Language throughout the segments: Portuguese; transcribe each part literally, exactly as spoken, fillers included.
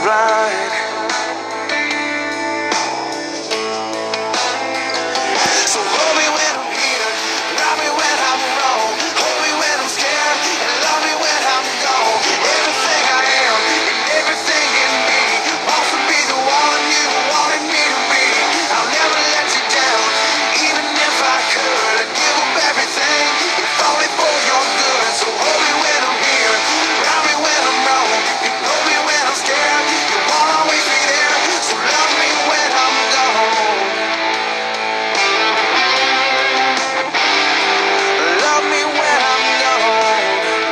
blind. So hold me when I'm here, love me when I'm wrong, hold me when I'm scared, and love me when I'm gone. Everything I am and everything in me wants to be the one you wanted me to be. I'll never let you down, even if I could. I'd give up everything, if only for your good. So hold me when I'm here, love me when I'm wrong, you know me when I'm scared, you won't always be there. So love me when I'm gone, love me when I'm gone.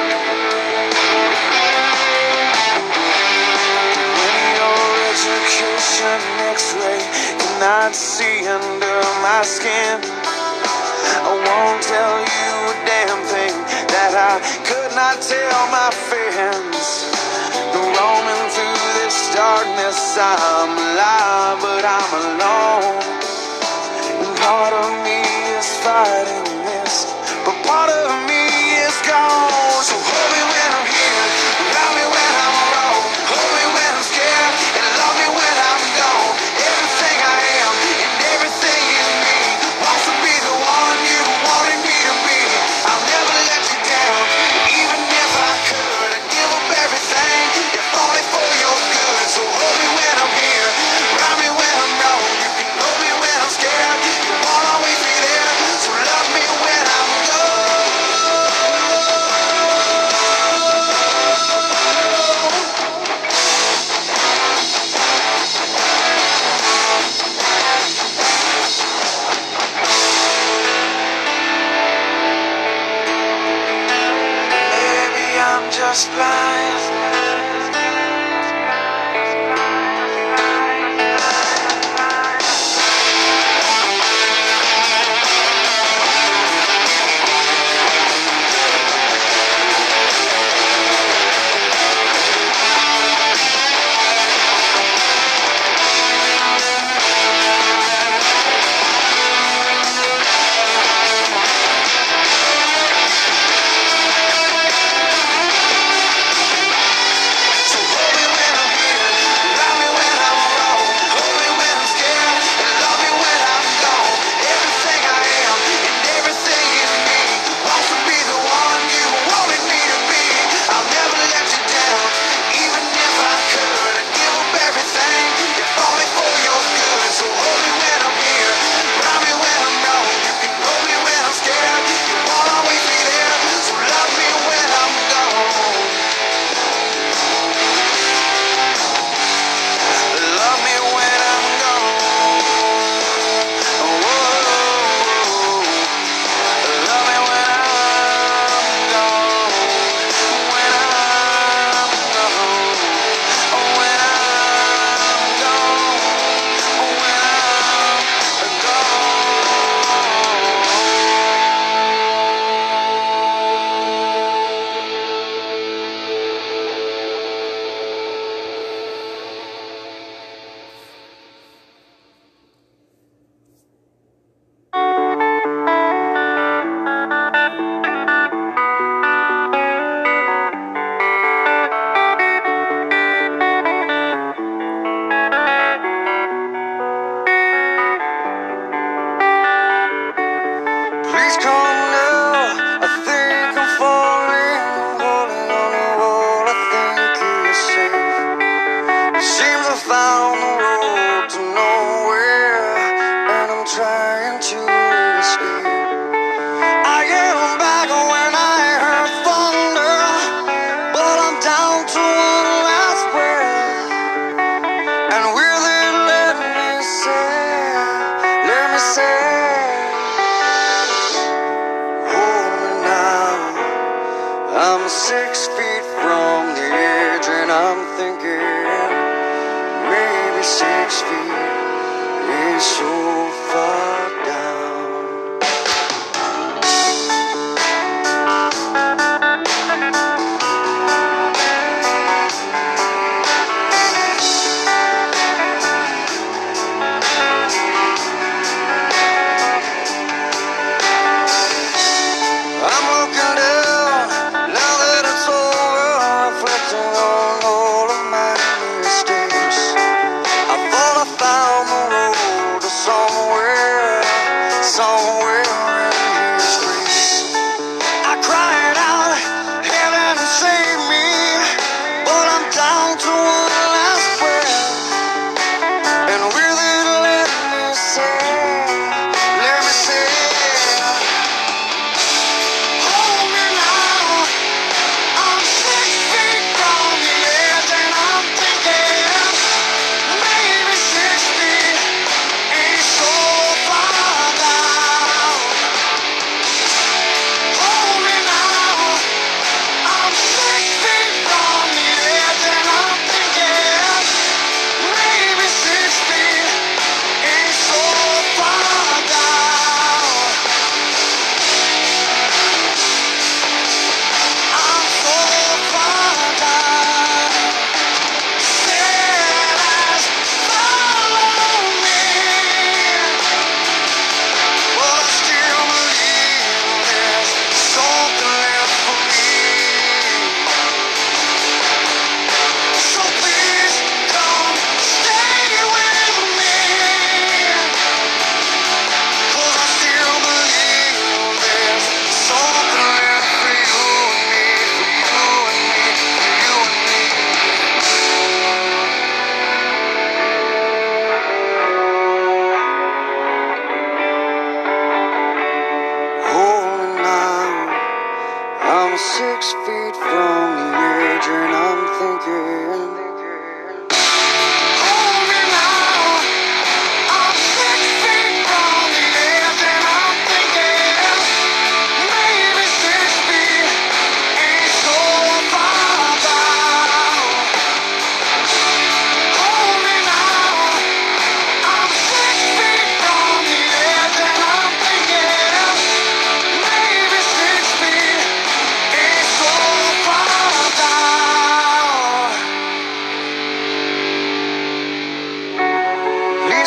When your education x-ray cannot see under my skin, I won't tell you a damn thing that I could not tell my friends. Roaming through this darkness, I'm alive, but I'm alone. And part of me is fighting this, but part of me is gone. So hold me when I'm here, love me when I'm wrong, hold me when I'm scared, and love me when I'm gone. Everything I am and everything in me wants to be the one you wanted me to be. I'll never let you down, even if I could. I'd give up everything, if only for your good. So hold me when I'm here, love me when I'm wrong, you can hold me when I'm scared, you won't always be there. So love me when I'm gone. Maybe I'm just blind. So hold me when I'm here, love me when I'm wrong, hold me when I'm scared, and love me when I'm gone. Everything I am and everything in me wants to be the one you wanted me to be. I'll never let you down, even if I could. I'd give up everything, if only for your good. So hold me when I'm here, love me when I'm wrong, you can hold me when I'm scared, you won't always be there. So love me when I'm gone, love me when I'm gone. Whoa, love me when I'm gone. When I'm gone. When I'm gone. When I'm Please come now, I think I'm falling, holding on to what I think is safe. Seems I found the road to nowhere, and I'm trying to escape. I am back when I heard thunder, but I'm down to one last breath. And with it, let me say, let me say, hold me now. I'm six feet from the edge, and I'm thinking maybe six feet is so far down. I'm looking down, now that it's over, reflecting on all of my mistakes.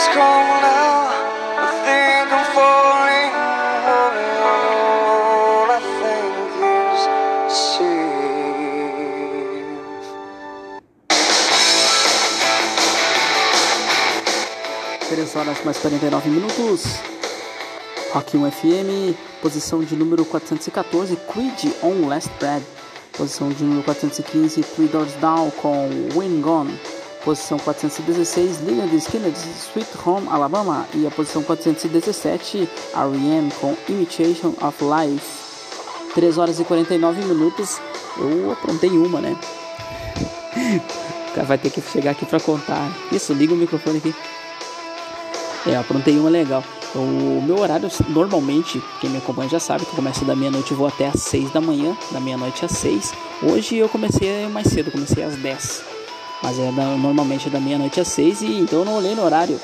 cold now, I think I'm falling. All I think is safe. três horas mais quarenta e nove minutos. Rock um F M, posição de número quatrocentos e catorze, Creed on Last Breath. Posição de número quatrocentos e quinze, Three Doors Down com Wind Gone. Posição quatrocentos e dezesseis, Lynyrd Skynyrd, Sweet Home Alabama. E a posição quatrocentos e dezessete, R E M com Imitation of Life. três horas e quarenta e nove minutos. Eu aprontei uma, né? O cara vai ter que chegar aqui pra contar. Isso, liga o microfone aqui. É, eu aprontei uma legal. O meu horário, normalmente, quem me acompanha já sabe que eu começo da meia-noite e vou até às seis da manhã, da meia-noite às seis. Hoje eu comecei mais cedo, comecei às dez. Mas é da, normalmente é da meia-noite às seis, e então eu não olhei no horário.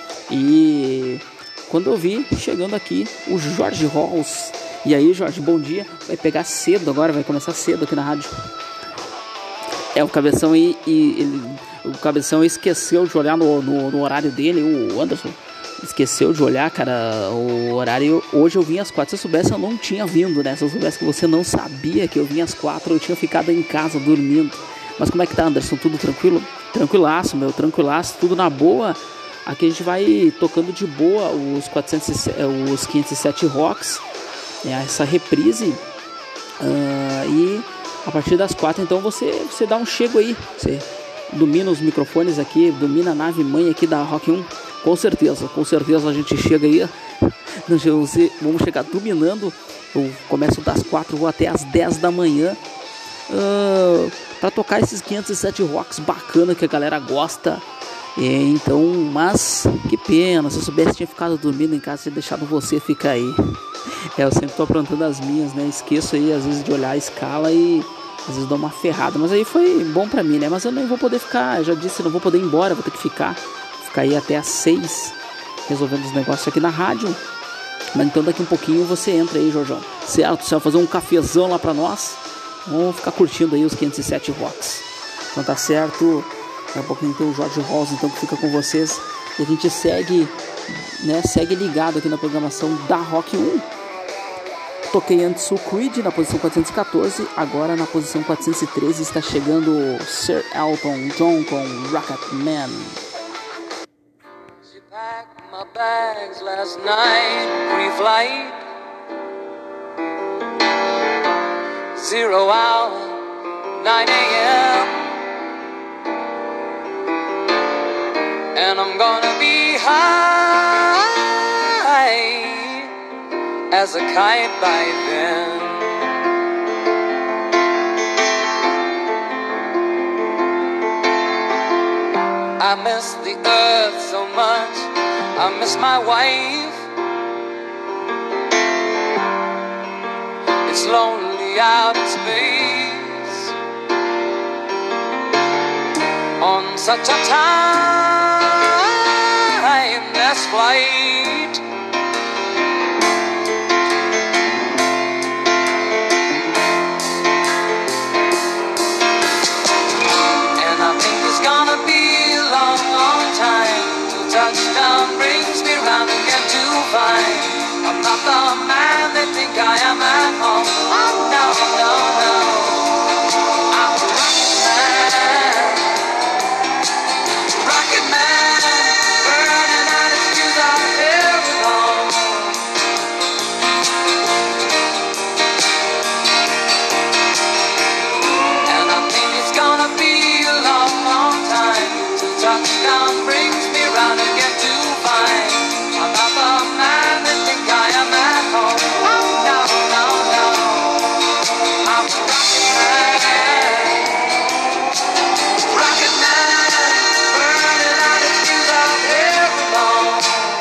E quando eu vi, chegando aqui, o Jorge Halls. E aí, Jorge, bom dia. Vai pegar cedo agora, vai começar cedo aqui na rádio. É, o Cabeção e, e ele, o Cabeção esqueceu de olhar no, no, no horário dele, o Anderson. Esqueceu de olhar, cara, o horário. Hoje eu vim às quatro. Se eu soubesse, eu não tinha vindo, né? Se eu soubesse que você não sabia que eu vim às quatro, eu tinha ficado em casa dormindo. Mas como é que tá, Anderson? Tudo tranquilo? Tranquilaço, meu, tranquilaço, tudo na boa. Aqui a gente vai tocando de boa os, quatrocentos e sete, os quinhentos e sete Rocks, né? Essa reprise. Uh, e a partir das quatro, então você, você dá um chego aí. Você domina os microfones aqui, domina a nave mãe aqui da Rock um. Com certeza, com certeza a gente chega aí. Vamos chegar dominando. Eu começo das quatro, vou até as dez da manhã. Uh, para tocar esses quinhentos e sete Rocks bacana que a galera gosta. E, então, mas que pena, se eu soubesse tinha ficado dormindo em casa, tinha deixado você ficar aí. É, eu sempre tô aprontando as minhas, né? Esqueço aí às vezes de olhar a escala e às vezes dou uma ferrada. Mas aí foi bom pra mim, né? Mas eu não vou poder ficar, já disse, não vou poder ir embora, vou ter que ficar. Ficar aí até às seis resolvendo os negócios aqui na rádio. Mas então daqui um pouquinho você entra aí, Jorjão. Certo? Você vai fazer um cafezão lá pra nós. Vamos ficar curtindo aí os quinhentos e sete Rocks. Então tá certo. Daqui a pouquinho tem o Jorge Halls, então, que fica com vocês. E a gente segue, né? Segue ligado aqui na programação da Rock um. Toquei antes o Creed na posição quatrocentos e catorze. Agora na posição quatrocentos e treze está chegando Sir Elton John com Rocketman. Packed my bags last night, pre-flight, zero hour, nine a.m. And I'm gonna be high as a kite by then. I miss the earth so much, I miss my wife. It's lonely out in space on such a timeless flight. And I think it's gonna be a long, long time till touchdown brings me round again to find I'm not the man they think I am at home. Oh no, no, no, I'm a rocket man, rocket man, burning out his fuse out here alone. And I think it's gonna be a long, long time till touchdown brings me round again to find I'm not the man they think I am at home. Oh no, no, no, I'm a rocket man, rocket man, burning out his fuse out here alone.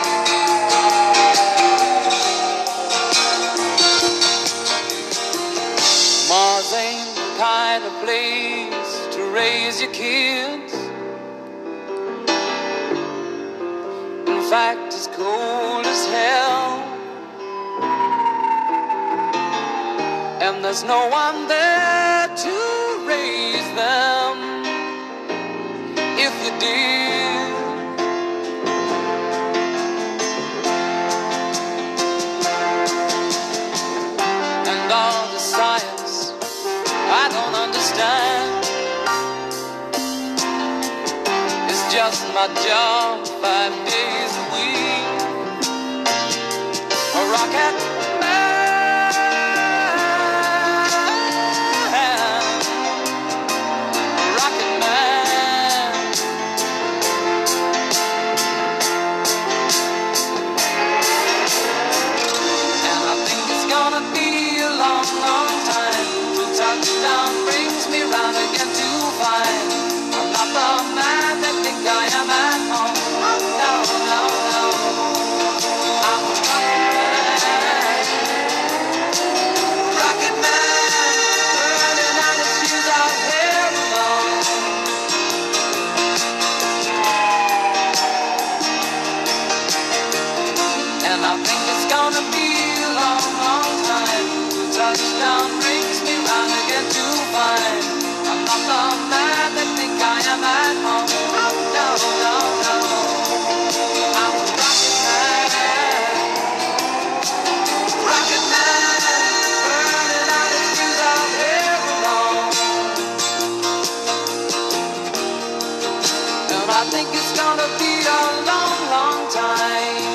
Mars ain't the kind of place to raise your kids. In fact, it's cold as hell, and there's no one there to raise them. If you did, just my job, five days a week. A rocket man, a rocket man. And I think it's gonna be a long, long time till touchdown brings me round again to find I'm not the man that think I am at home. Oh, no, no, no. I'm a rocket man, rocket man, burning out his fuse out here alone. And I think it's gonna be a long, long time till touchdown brings me round again to find I'm not the man that think I am at home. Oh, no, no, no. I'm a rocket man, rocket man, burning out his fuse out here alone. And I think it's gonna be a long, long time.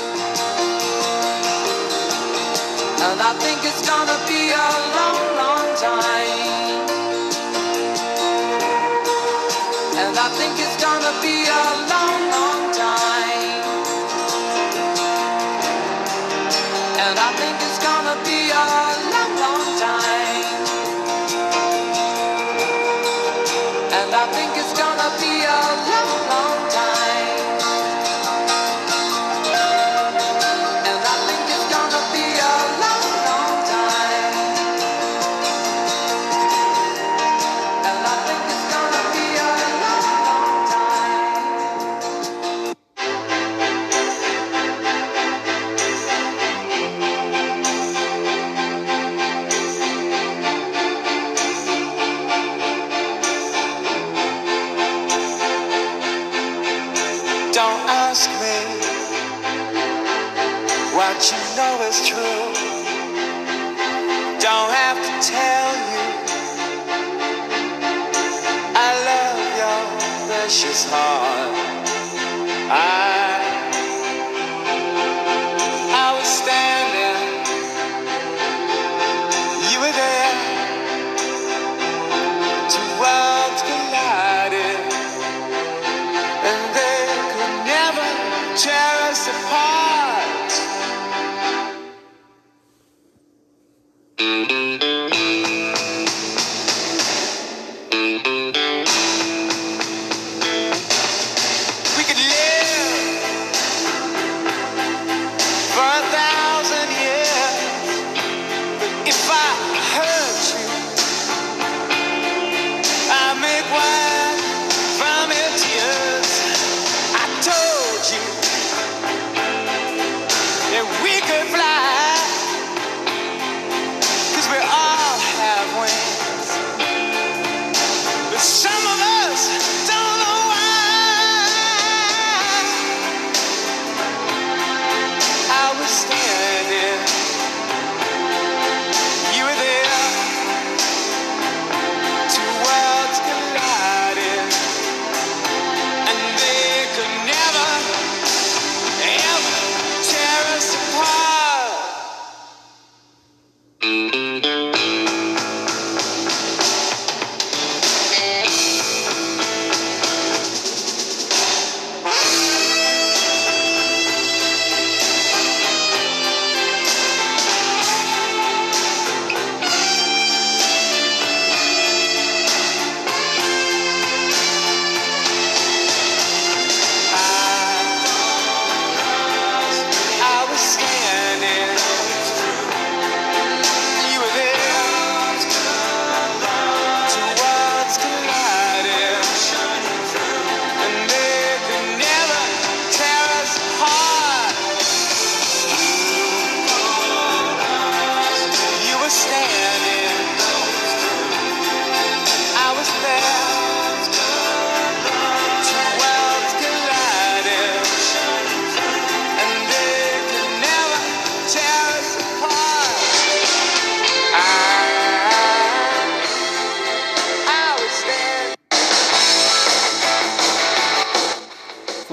And I think it's gonna be a long, long time. And I think it's gonna be a long, long time. And I think it's gonna be a long, long time. And I think it's gonna be a long, long time. And I think it's gonna be a long, long time. And I think it's gonna be a long, long time. Don't ask me what you know is true. Don't have to tell you I love your precious heart. I I was standing, you were there. Two worlds collided, and they could never tear us apart. We could live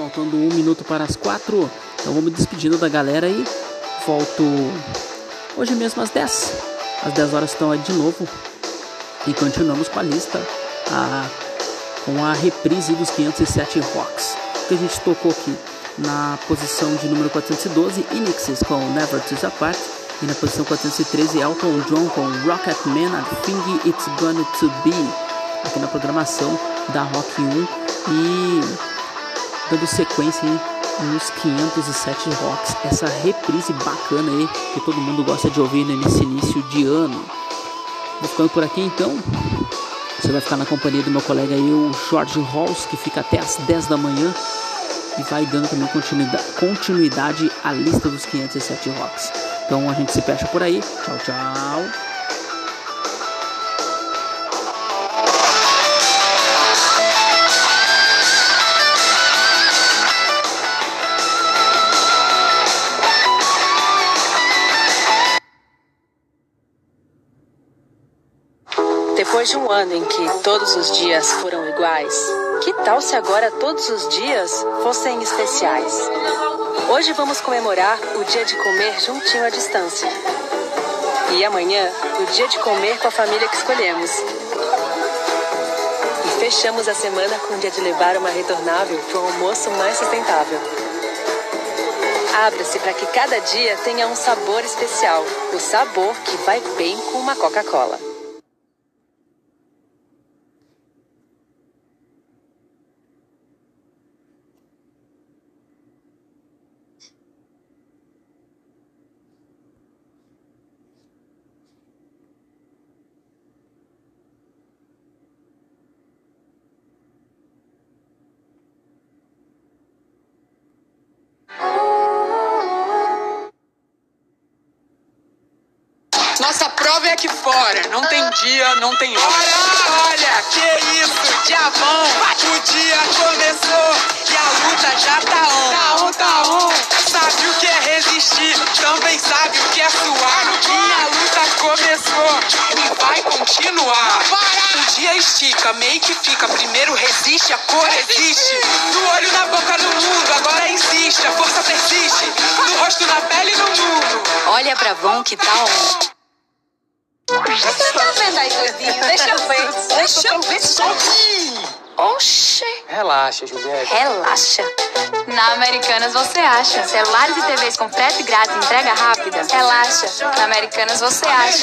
faltando um minuto para as quatro. Então vou me despedindo da galera e volto hoje mesmo às dez. Às dez horas estão aí de novo. E continuamos com a lista, a, com a reprise dos quinhentos e sete Rocks, que a gente tocou aqui. Na posição de número quatrocentos e doze, Inixis com Never Tears Apart. E na posição quatrocentos e treze, Elton John com Rocketman, I Think It's Gonna To Be. Aqui na programação da Rock um. E dando sequência aí nos quinhentos e sete Rocks. Essa reprise bacana aí que todo mundo gosta de ouvir nesse início de ano. Vou ficando por aqui então. Você vai ficar na companhia do meu colega aí, o Jorge Halls, que fica até as dez da manhã. E vai dando também continuidade, continuidade à lista dos quinhentos e sete Rocks. Então a gente se fecha por aí. Tchau, tchau. Depois de um ano em que todos os dias foram iguais, que tal se agora todos os dias fossem especiais? Hoje vamos comemorar o dia de comer juntinho à distância. E amanhã, o dia de comer com a família que escolhemos. E fechamos a semana com o dia de levar uma retornável para um almoço mais sustentável. Abra-se para que cada dia tenha um sabor especial. O sabor que vai bem com uma Coca-Cola. Nossa prova é aqui fora, não tem dia, não tem hora. Olha, olha, que isso, diabão. O dia começou e a luta já tá on. Tá on, tá on. Sabe o que é resistir, também sabe o que é suar. E a luta começou e vai continuar. O dia estica, meio que fica. Primeiro resiste, a cor existe. No olho, na boca, no mundo, agora insiste. A força persiste, no rosto, na pele, no mundo. Olha pra Von que tá on. Você tá vendo aí, gordinho? Deixa eu ver. Deixa eu ver só. Oxê. Relaxa, Juliette. Relaxa. Na Americanas você acha. Celulares e T Vs com frete grátis e entrega rápida. Relaxa. Na Americanas você acha.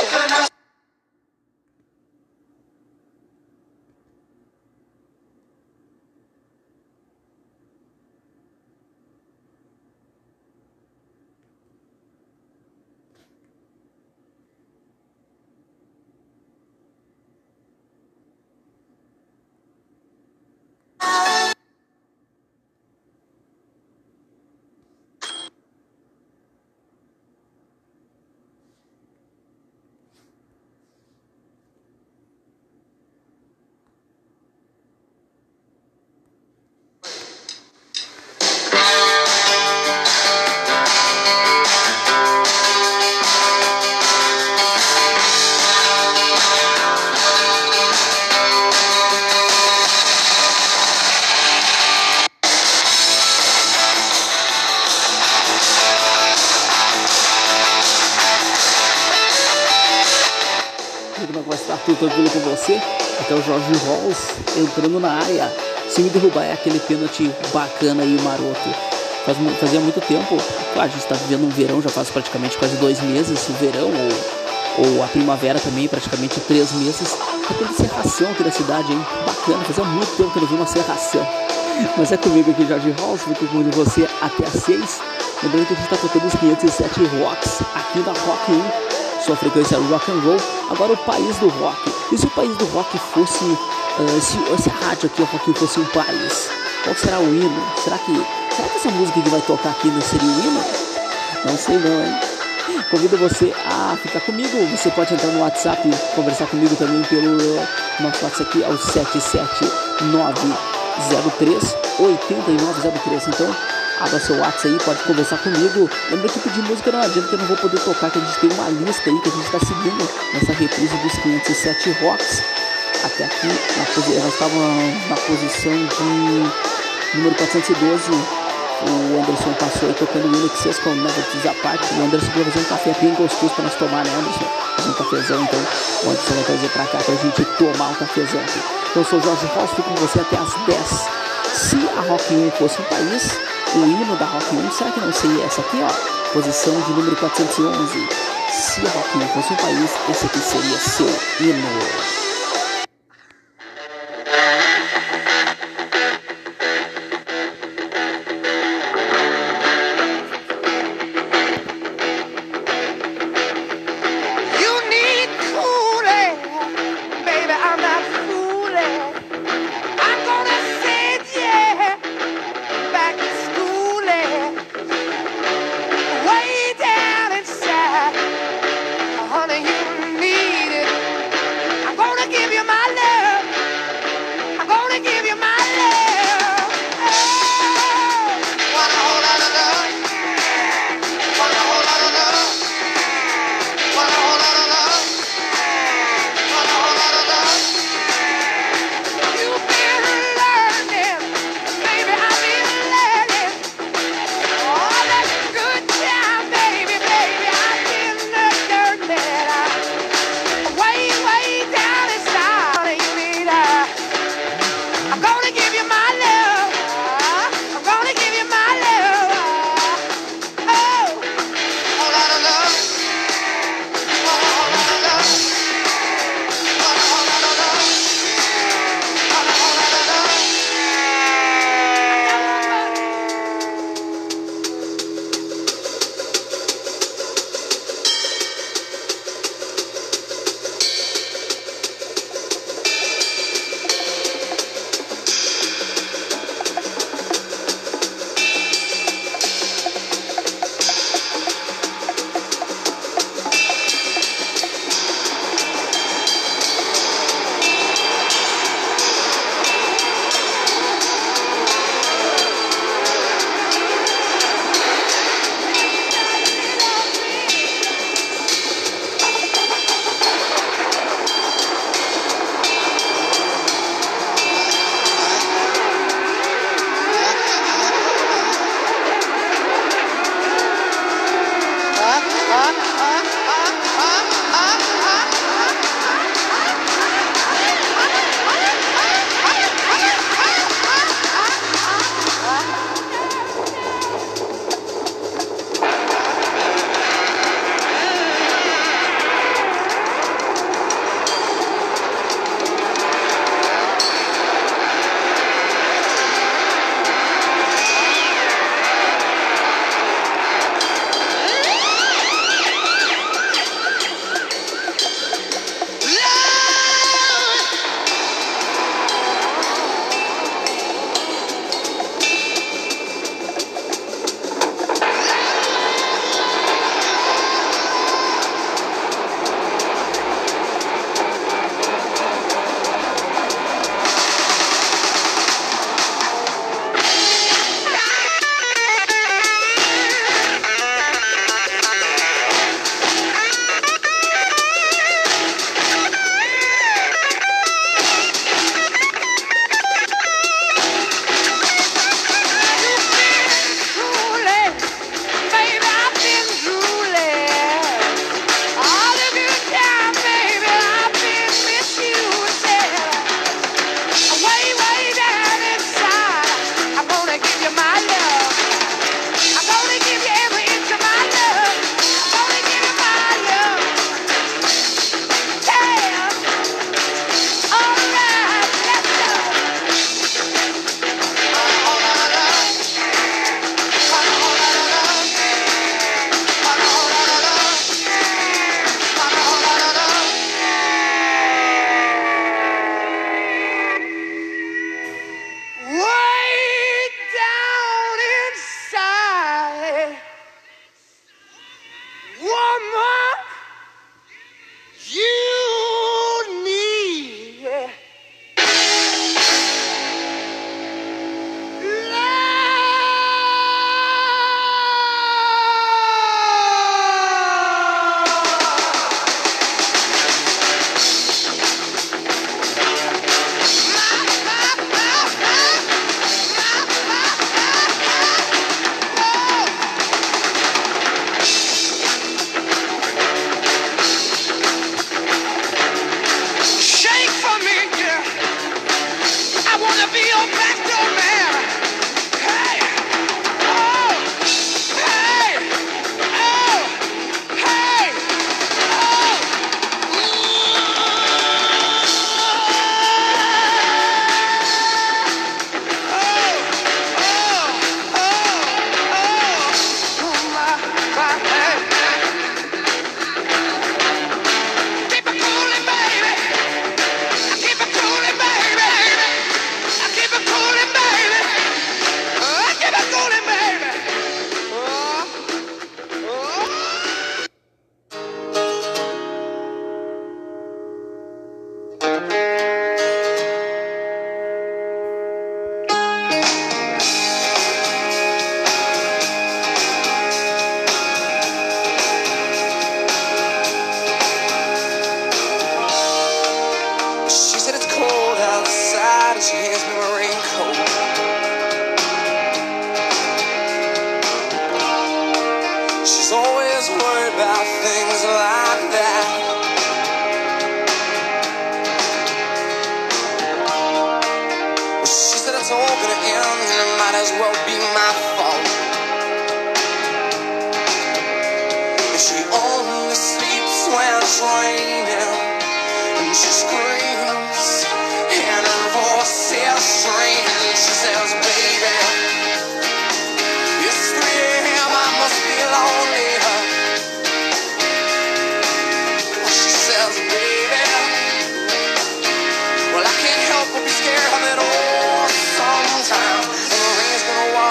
Tudo tranquilo com você? Até o Jorge Halls entrando na área. Se me derrubar é aquele pênalti bacana e maroto. Faz, fazia muito tempo. Claro, a gente está vivendo um verão, já faz praticamente quase dois meses. O verão ou, ou a primavera também, praticamente três meses. Tá tendo serração aqui na cidade, hein? Bacana, fazia muito tempo que eu não vi uma serração. Mas é comigo aqui, Jorge Halls, vou com você até às seis. Lembrando que a gente está tocando os quinhentos e sete Rocks aqui na Rock um. Sua frequência rock and roll, agora o país do rock. E se o país do rock fosse, uh, se, se a rádio aqui, o Rock fosse um país, qual será o hino? Será que, será que essa música que vai tocar aqui não seria o hino? Não sei não, hein? Convido você a ficar comigo. Você pode entrar no WhatsApp e conversar comigo também pelo nosso WhatsApp aqui, é o sete sete nove zero três oito nove zero três. Então, abra seu WhatsApp aí, pode conversar comigo. Lembra que pedir música não adianta, que eu não vou poder tocar, que a gente tem uma lista aí que a gente está seguindo nessa reprise dos quinhentos e sete Rocks. Até aqui, na, nós estávamos na posição de número quatrocentos e doze, O Anderson passou aí tocando o Unix seis com Never Disapart. O Anderson vai fazer um café bem gostoso para nós tomar, né, Anderson? Fazer um cafezão, então o Anderson vai trazer pra cá pra gente tomar um cafezão aqui. Então eu sou o Jorge Ross, fico com você até as dez. Se a Rock um fosse um país, o hino da Rock um, será que não seria essa aqui, ó? Posição de número quatrocentos e onze. Se a Rock um fosse um país, esse aqui seria seu hino. Honey, you need it. I'm gonna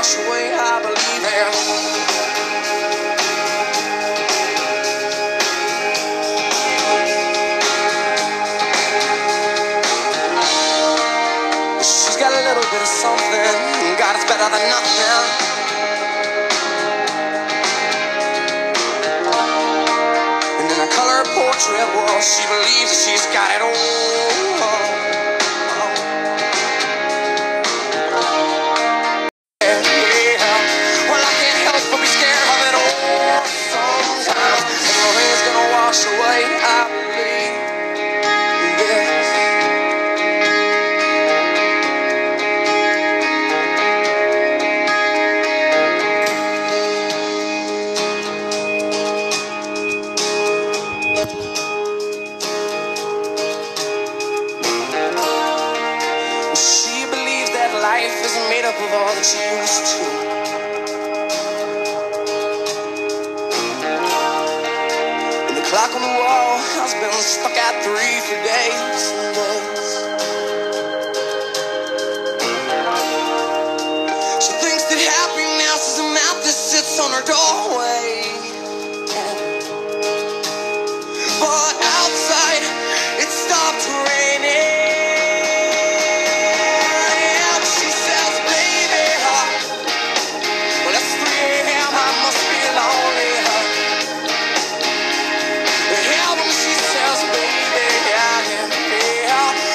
wash away, I believe it. She's got a little bit of something, God, it's better than nothing. And in a color portrait, well, she believes that she's got it all. Away, I believe this. She believes that life is made up of all that she used to. Clock on the wall has been stuck at three for days and days. She thinks that happiness is a map that sits on her doorway. But outside, it stopped raining. And she says, baby, huh? Well, it's three a m, I must be lonely, huh? She says, baby, I can feel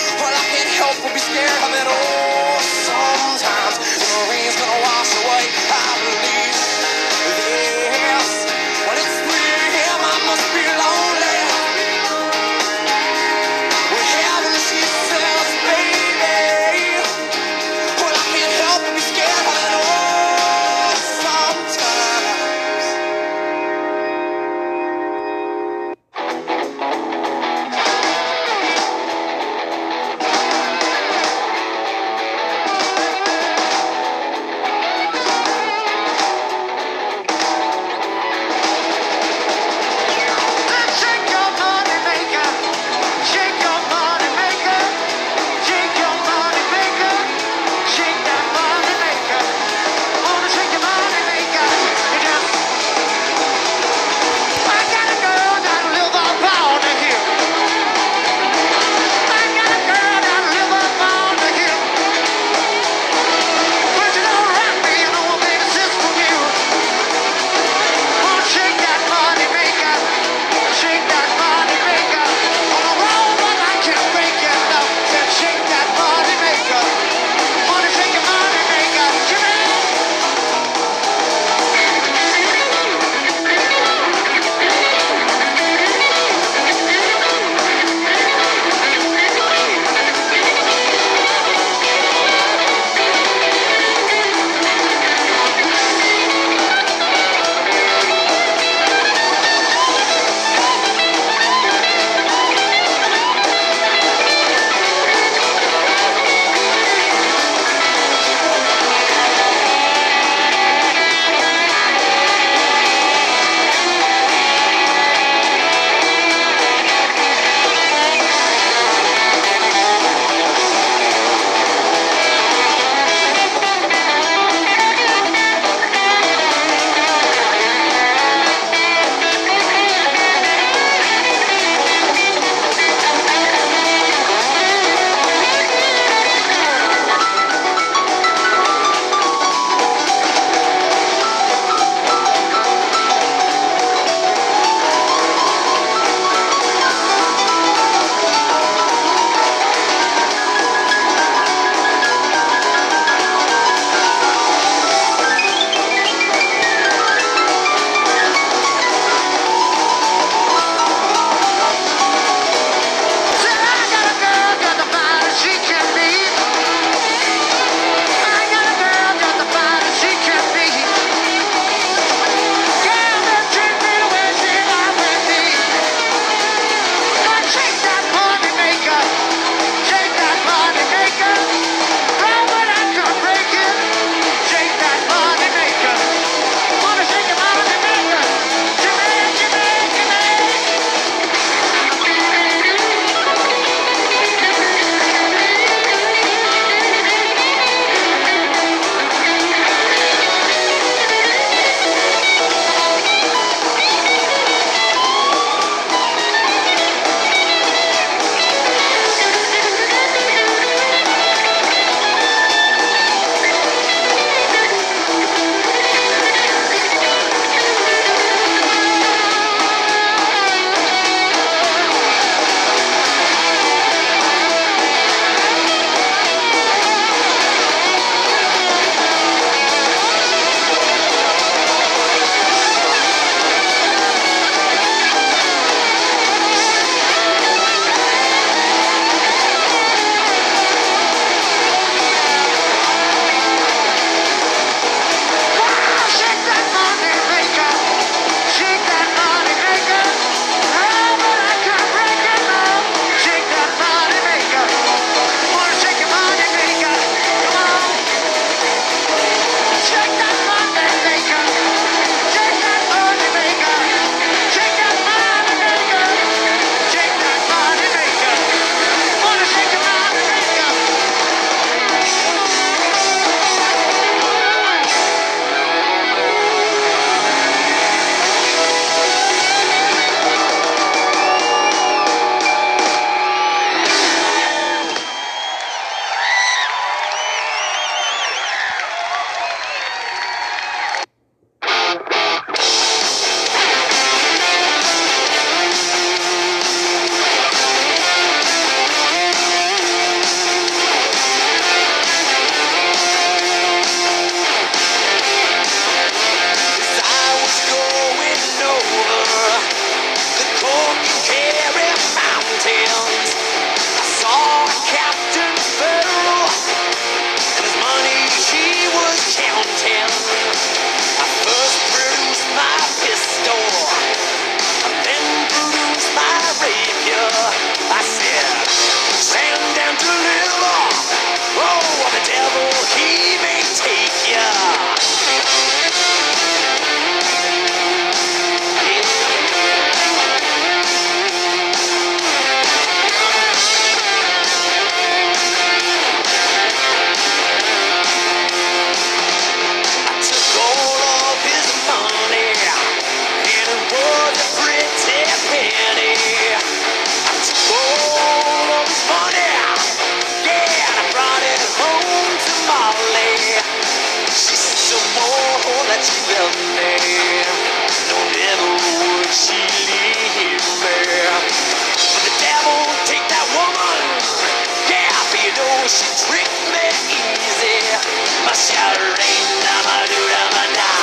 she loved me. No, never would she leave me. But the devil take that woman. Yeah, but you know she tricked me easy. My shadow-rain-da, my do-da-ma-da.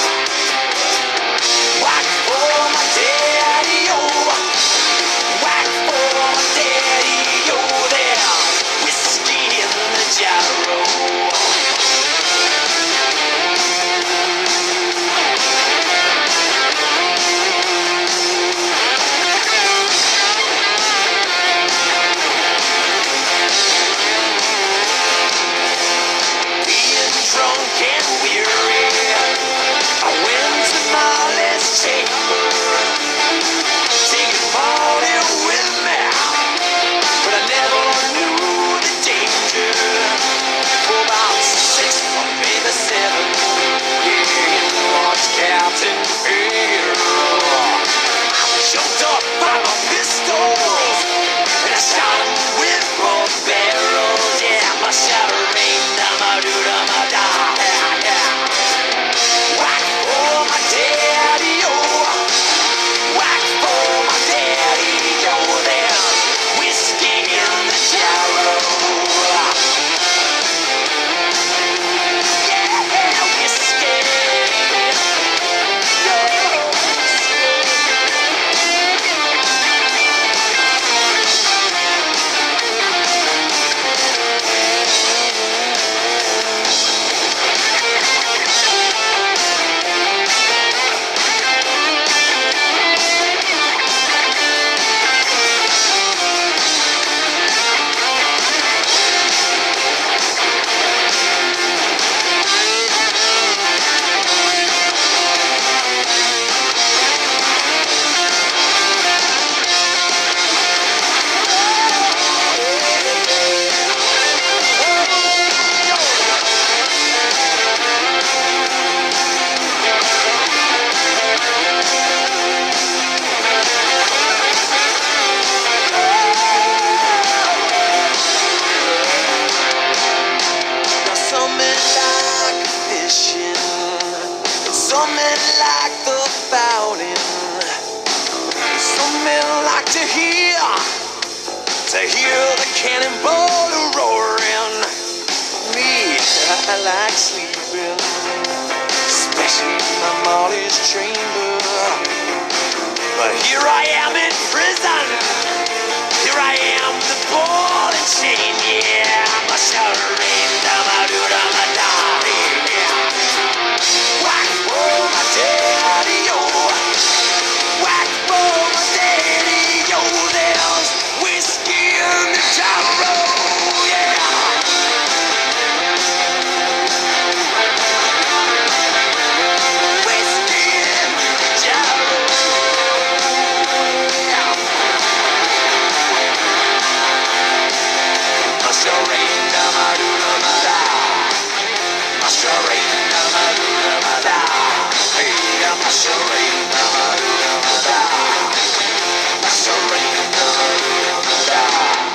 Whack for my daddy-o. Whack for my daddy-o there. Whiskey in the jarro. Being drunk and weary, I went to Molly's chamber, taking party with me, but I never knew the danger. For about six or maybe seven, yeah, in the watch Captain Arrow. I jumped up by my pistols, and I shot him with both barrels. Yeah, my shadow-rain-da, my do-da-ma-da. Yeah, yeah. Whack for my daddy-o. Whack for my daddy-o there. Whiskey in the jarro. Yeah, whiskey. Now some men like fishing, and some men like the fountain. Some men like to hear, to hear the cannonball roaring. Me, I like sleeping, especially in my Molly's chamber. But here I am in prison. Here I am, the ball and chain, yeah. My shadow-rain-da, my do-da-ma-da, yeah. Whack for my daddy-o. Whack for my daddy-o. There's whiskey in the jarro, yeah. Whiskey in the jarro, yeah. My shadow-rain-da, my do-da-ma-da. My shadow-rain-da, my do-da-ma-da. Hey, my shadow-rain-da, my do-da-ma-da. My shadow-rain-da, my do-da-ma-da.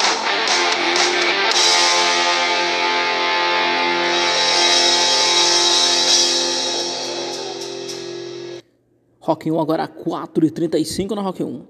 Rock um agora quatro e trinta e cinco na Rock um.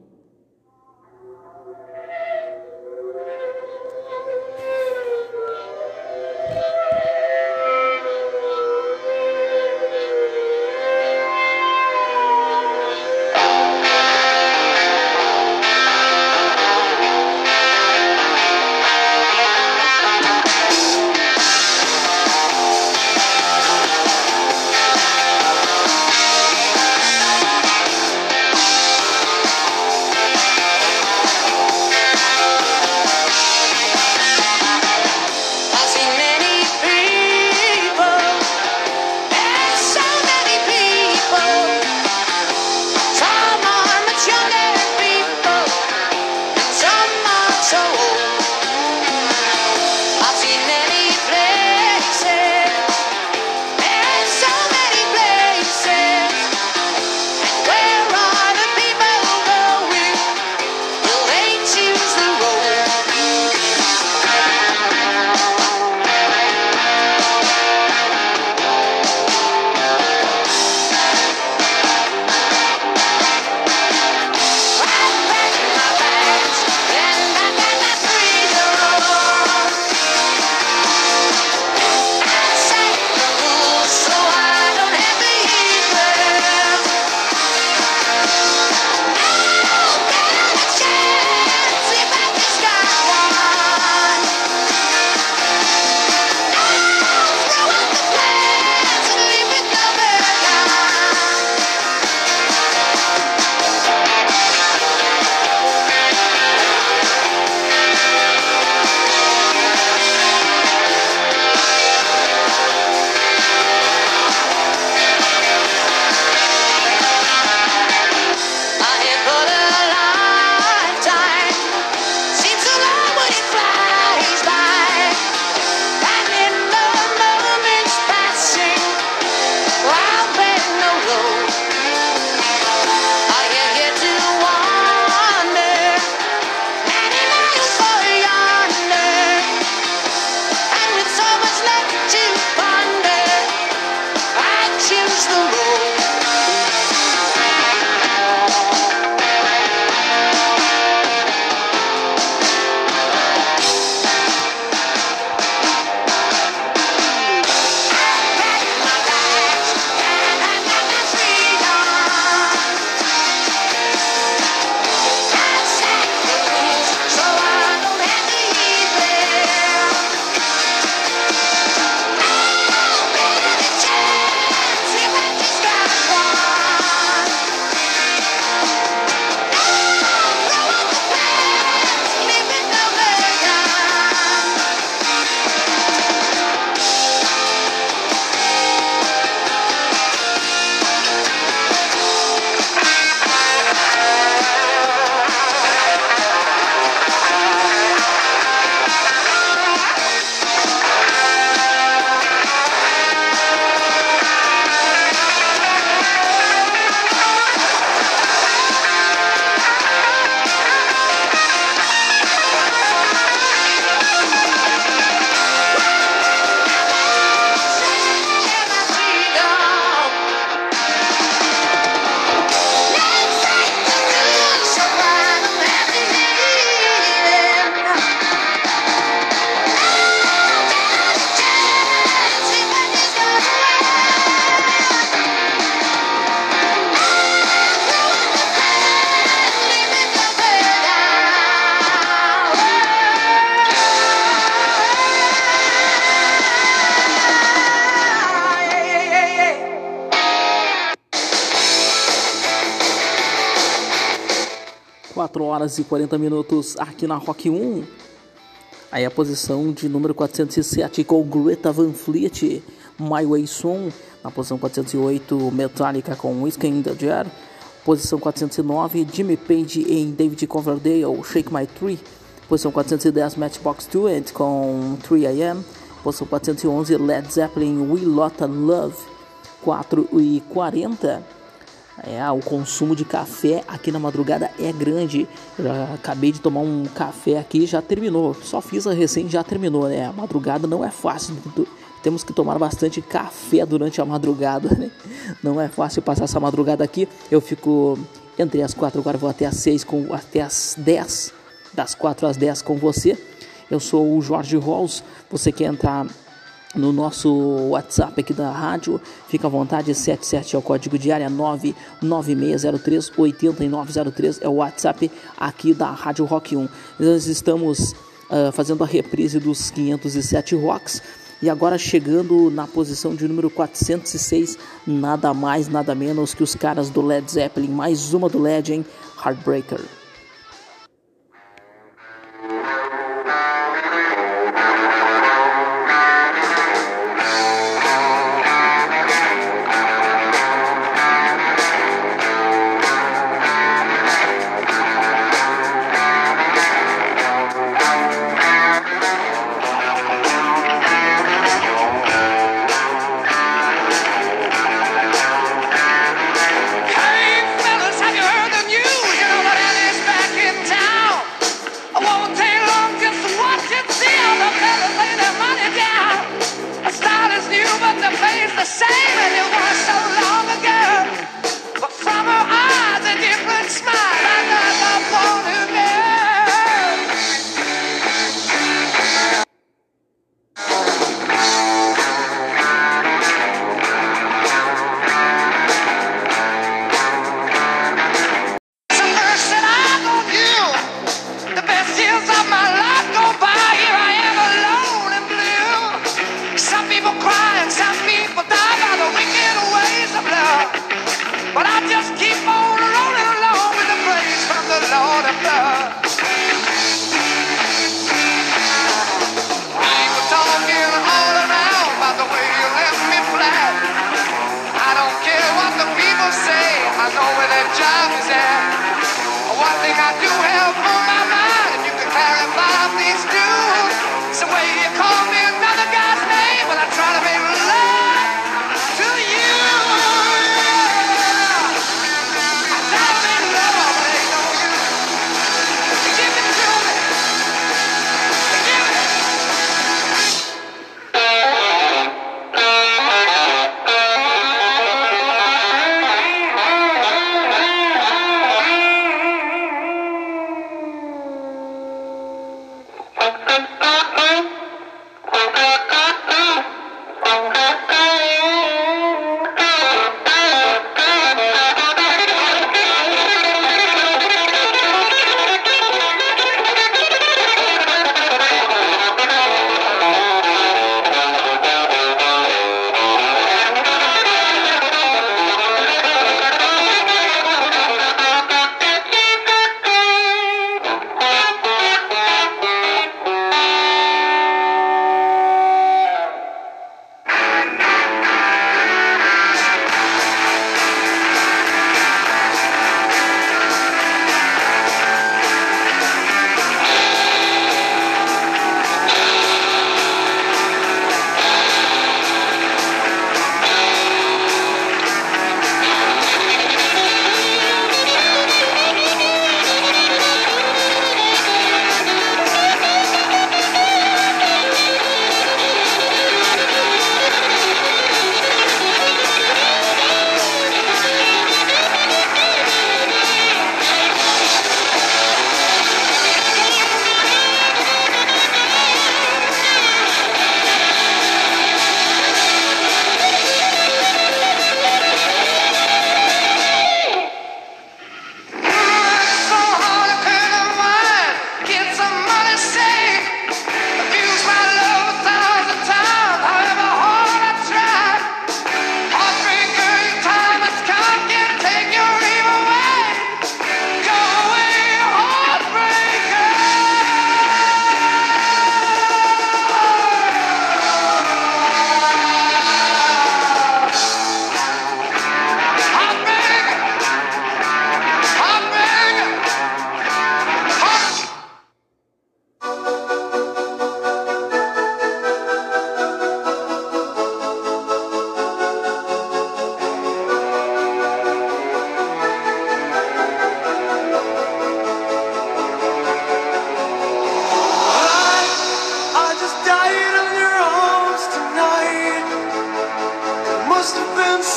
quatro horas e quarenta minutos aqui na Rock um. Aí a posição de número quatrocentos e sete com Greta Van Fleet, My Way Soon. Na posição quatrocentos e oito, Metallica com Whiskey in the Jar. Posição quatrocentos e nove, Jimmy Page em David Coverdale, Shake My Tree. Posição quatrocentos e dez, Matchbox Twenty com three A M. Posição quatrocentos e onze, Led Zeppelin, We Lotta Love, quatro e quarenta. É, o consumo de café aqui na madrugada é grande. Já acabei de tomar um café aqui, já terminou. Só fiz a recém, já terminou, né? A madrugada não é fácil. Temos que tomar bastante café durante a madrugada, né? Não é fácil passar essa madrugada aqui. Eu fico entre as quatro, agora vou até as seis, com, até as dez. Das quatro às dez com você. Eu sou o Jorge Rolls. Você quer entrar no nosso WhatsApp aqui da rádio, fica à vontade. Sete sete é o código de área, nove nove seis zero três oito nove zero três é o WhatsApp aqui da Rádio Rock um. Nós estamos uh, fazendo a reprise dos quinhentos e sete Rocks e agora chegando na posição de número quatrocentos e seis, nada mais, nada menos que os caras do Led Zeppelin, mais uma do Led, hein? Heartbreaker.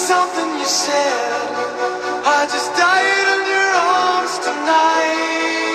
something you said. I just died in your arms tonight.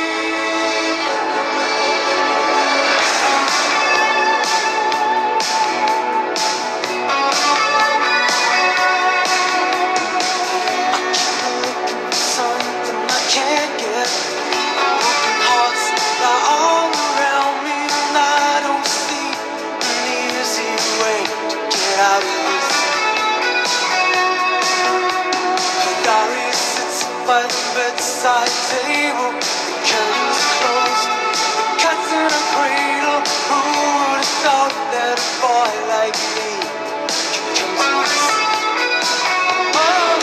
By the bedside table, the curtains closed, the cat's in a cradle. Who would have thought that a boy like me could come to this? Oh,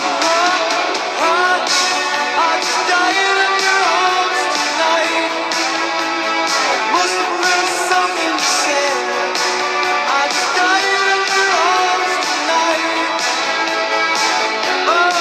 oh, oh, I just died in your arms tonight. Must have been something you said. I just died in your arms tonight. Oh, oh.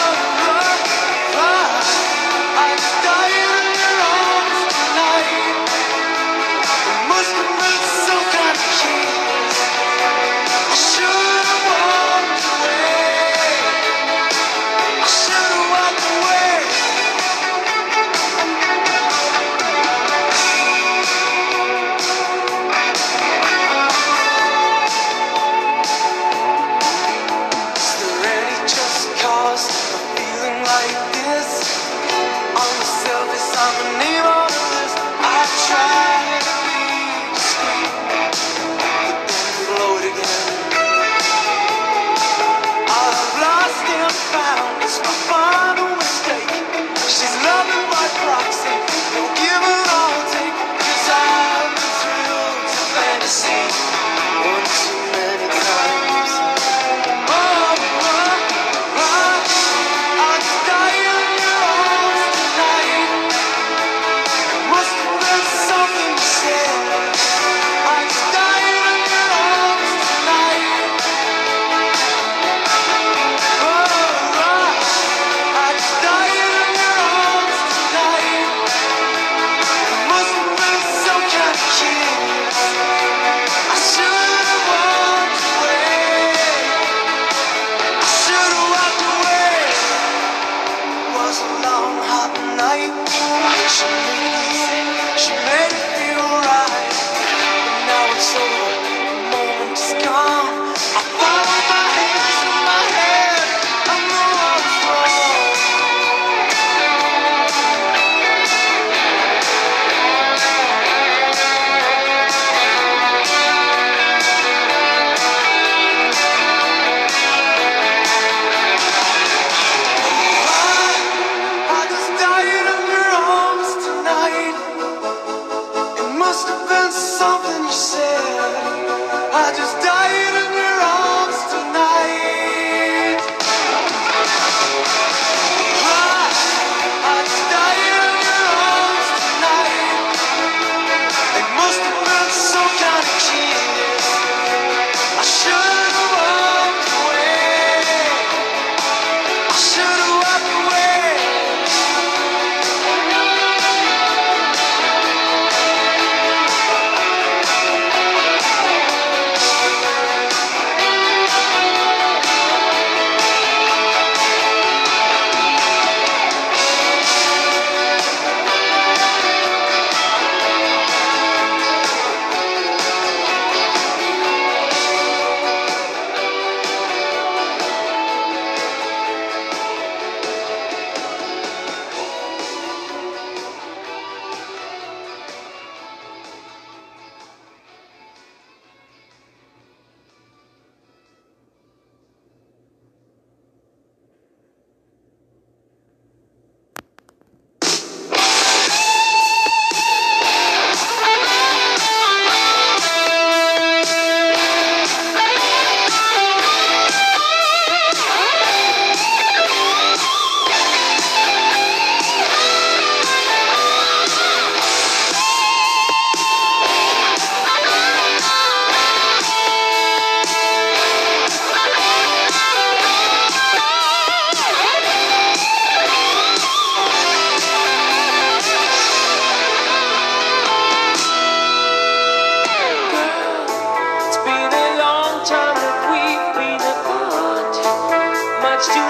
Tonight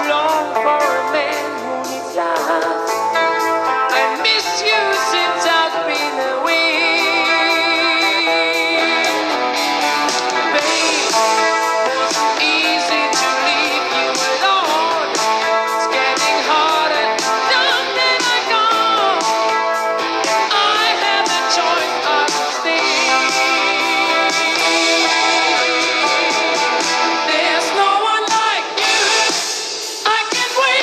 long for a man who needs love. I miss you since I've been away. Babe, it's easy to leave you alone. It's getting harder now that I'm gone. I have the choice of staying. There's no one like you. I can't wait.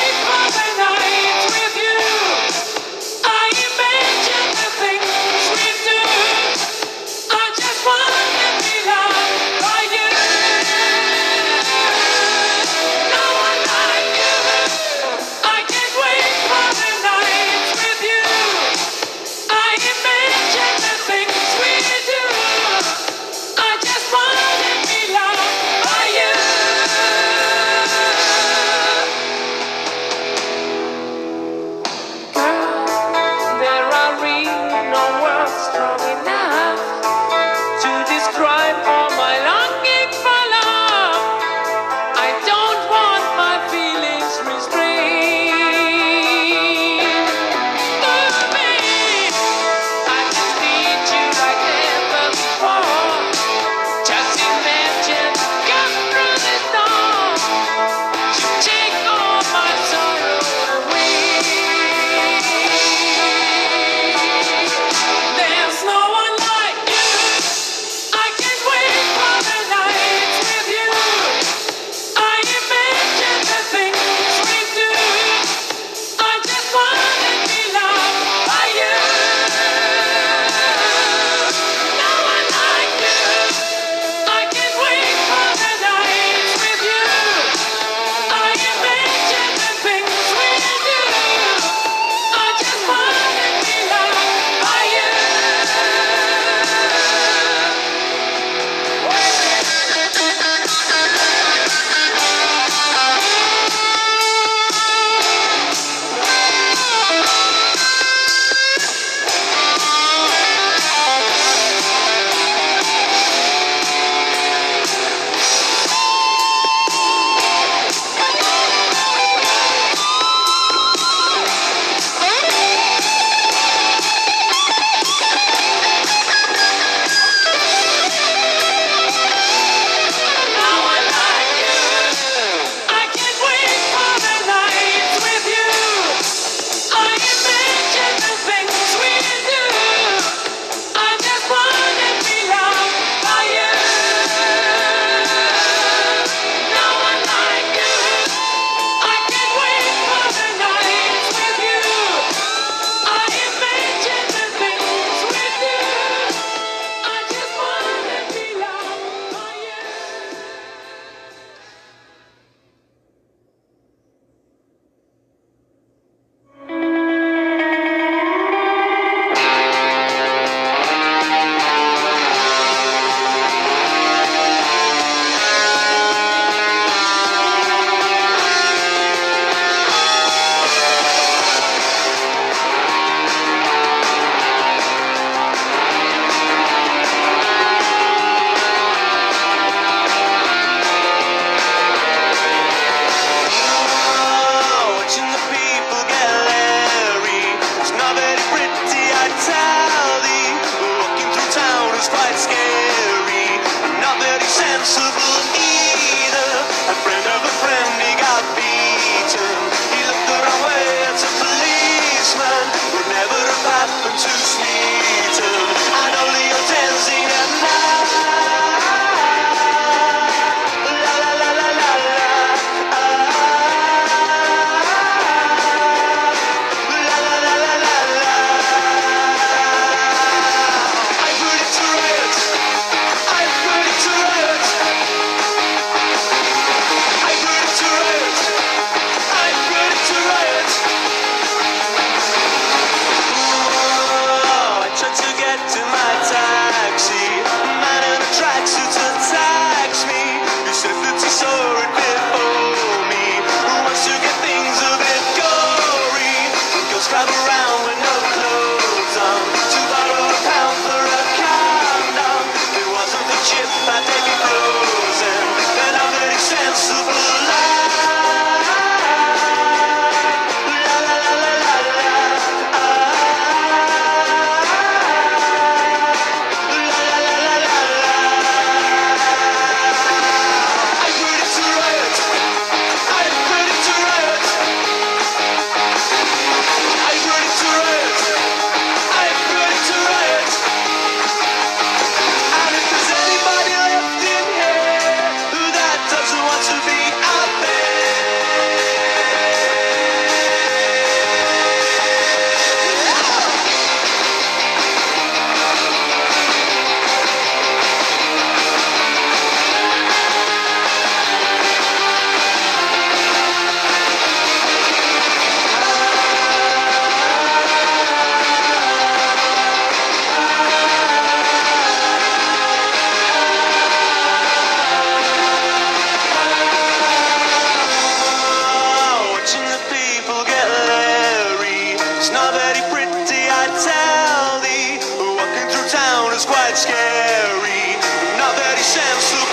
watching the people get leery. It's not very pretty, I tell thee. Walking through town is quite scary. Not very sensible.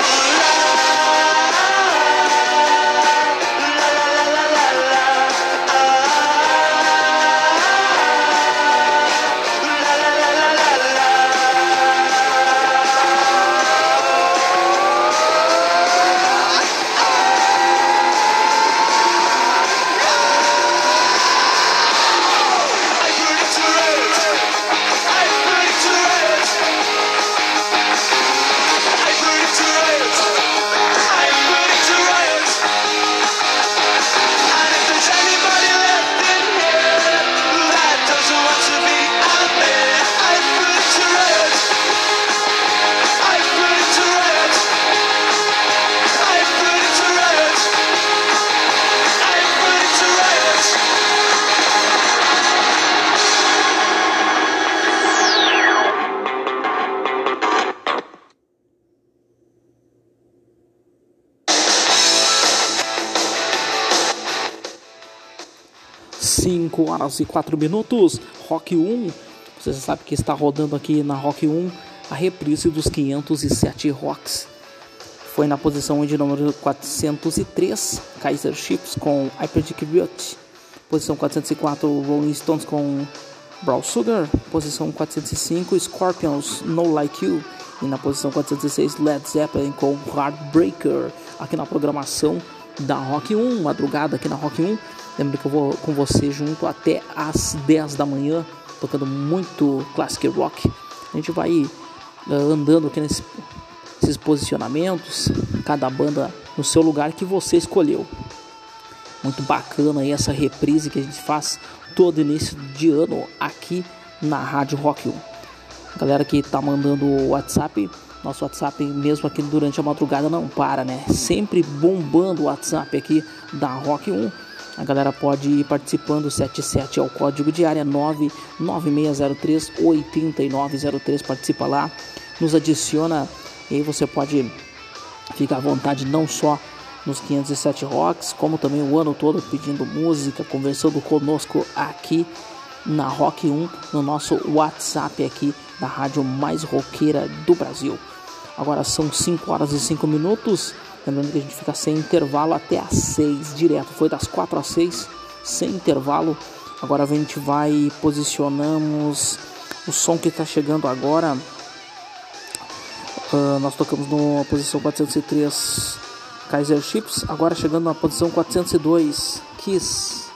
cinco horas e quatro minutos, Rock um. Você sabe que está rodando aqui na Rock um a reprise dos quinhentos e sete Rocks. Foi na posição de número quatrocentos e três, Kaiser Chiefs com I Predict Beauty. Posição quatrocentos e quatro, Rolling Stones com Brown Sugar. Posição quatrocentos e cinco, Scorpions, No Like You. E na posição quatrocentos e seis, Led Zeppelin com Heartbreaker. Aqui na programação da Rock um, madrugada aqui na Rock um. Lembra que eu vou com você junto até às dez da manhã, tocando muito classic rock. A gente vai uh, andando aqui nesse, nesses posicionamentos, cada banda no seu lugar que você escolheu. Muito bacana aí essa reprise que a gente faz todo início de ano aqui na Rádio Rock um. Galera que tá mandando o WhatsApp, nosso WhatsApp mesmo aqui durante a madrugada não para, né? Sempre bombando o WhatsApp aqui da Rock um. A galera pode ir participando, setenta e sete é o código de área, nove nove seis zero três oito nove zero três, participa lá, nos adiciona, e aí você pode ficar à vontade não só nos quinhentos e sete Rocks, como também o ano todo pedindo música, conversando conosco aqui na Rock um, no nosso WhatsApp aqui da rádio mais roqueira do Brasil. Agora são cinco horas e cinco minutos. Lembrando que a gente fica sem intervalo até às seis, direto. Foi das quatro às seis, sem intervalo. Agora a gente vai, posicionamos o som que está chegando agora. Uh, nós tocamos na posição quatrocentos e três, Kaiser Chiefs. Agora chegando na posição quatrocentos e dois, Kiss.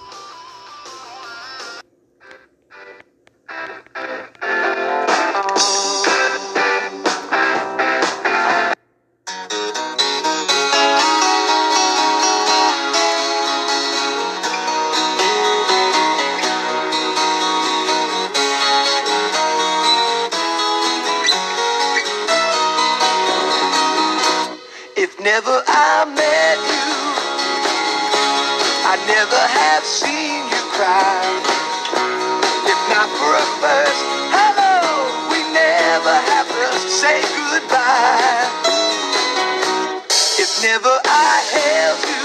Never I met you, I'd never have seen you cry. If not for a first hello, we never have to say goodbye. If never I held you,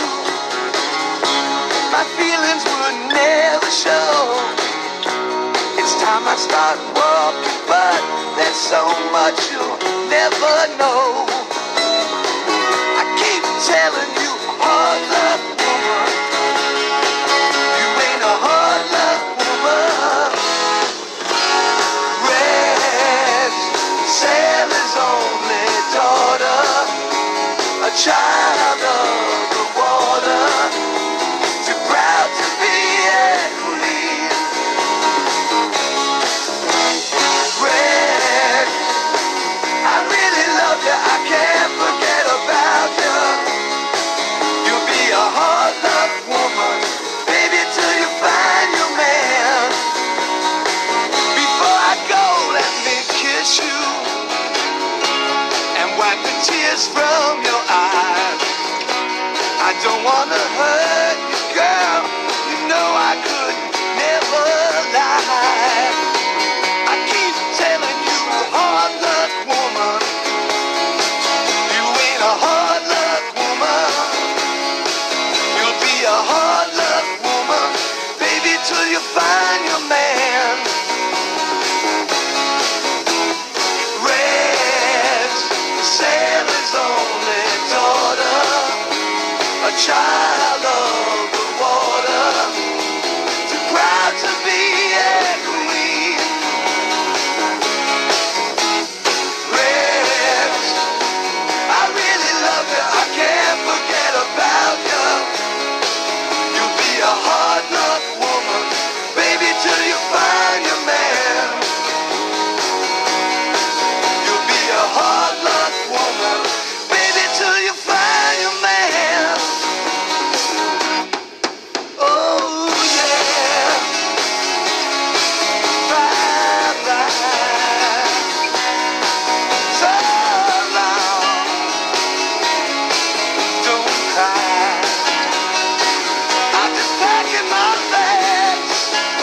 my feelings would never show. It's time I start walking, but there's so much you'll never know. Telling you, hard luck woman, you ain't a hard luck woman. Red, Sally's only daughter, a child of the water, too proud to be a queen. Red, I really love you, I can't. child of the water, too proud to be a queen. Rex, I really love you, I can't forget about you. You'll be a hard luck woman, baby, till you find your man. You'll be a hard luck woman, baby, till you find your man. Oh yeah, bye bye, so long, don't cry. I'm just packing my bags,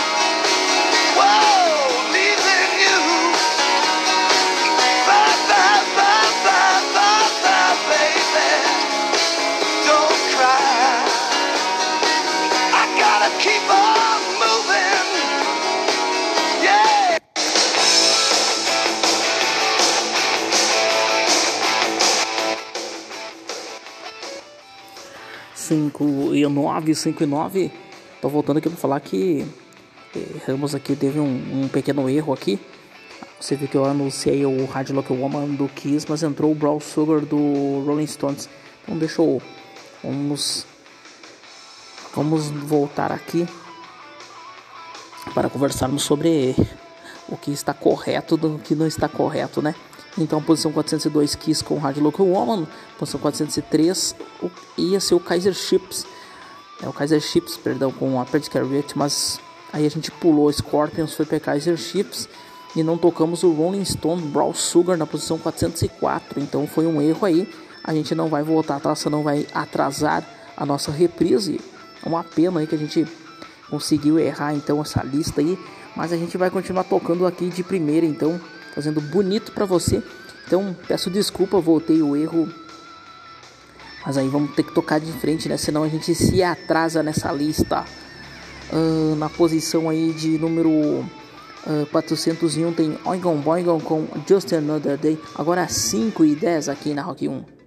whoa, leaving you. Bye bye bye bye bye bye, baby, don't cry. I gotta keep on moving, yeah. cinco e nove, cinco e nove. Tô voltando aqui pra falar que erramos aqui, teve um, um pequeno erro aqui. Você viu que eu anunciei o Hard Luck Woman do Kiss, mas entrou o Brown Sugar do Rolling Stones. Então deixa eu... Vamos... Vamos voltar aqui para conversarmos sobre o que está correto do que não está correto, né? Então, posição quatrocentos e dois, Kiss com Hard Luck Woman. Posição quatrocentos e três o, ia ser o Kaiser Chiefs. É o Kaiser Chiefs, perdão, com a Pretty Carrot, mas aí a gente pulou Scorpions, foi para Kaiser Chiefs e não tocamos o Rolling Stone Brown Sugar na posição quatrocentos e quatro. Então foi um erro aí. A gente não vai voltar atrás, não vai atrasar a nossa reprise. É uma pena aí que a gente conseguiu errar então essa lista aí, mas a gente vai continuar tocando aqui de primeira, então fazendo bonito pra você. Então peço desculpa, voltei o erro, mas aí vamos ter que tocar de frente, né? Senão a gente se atrasa nessa lista. Uh, na posição aí de número uh, quatrocentos e um tem Oingon Boingon com Just Another Day. Agora cinco e dez aqui na Rock um.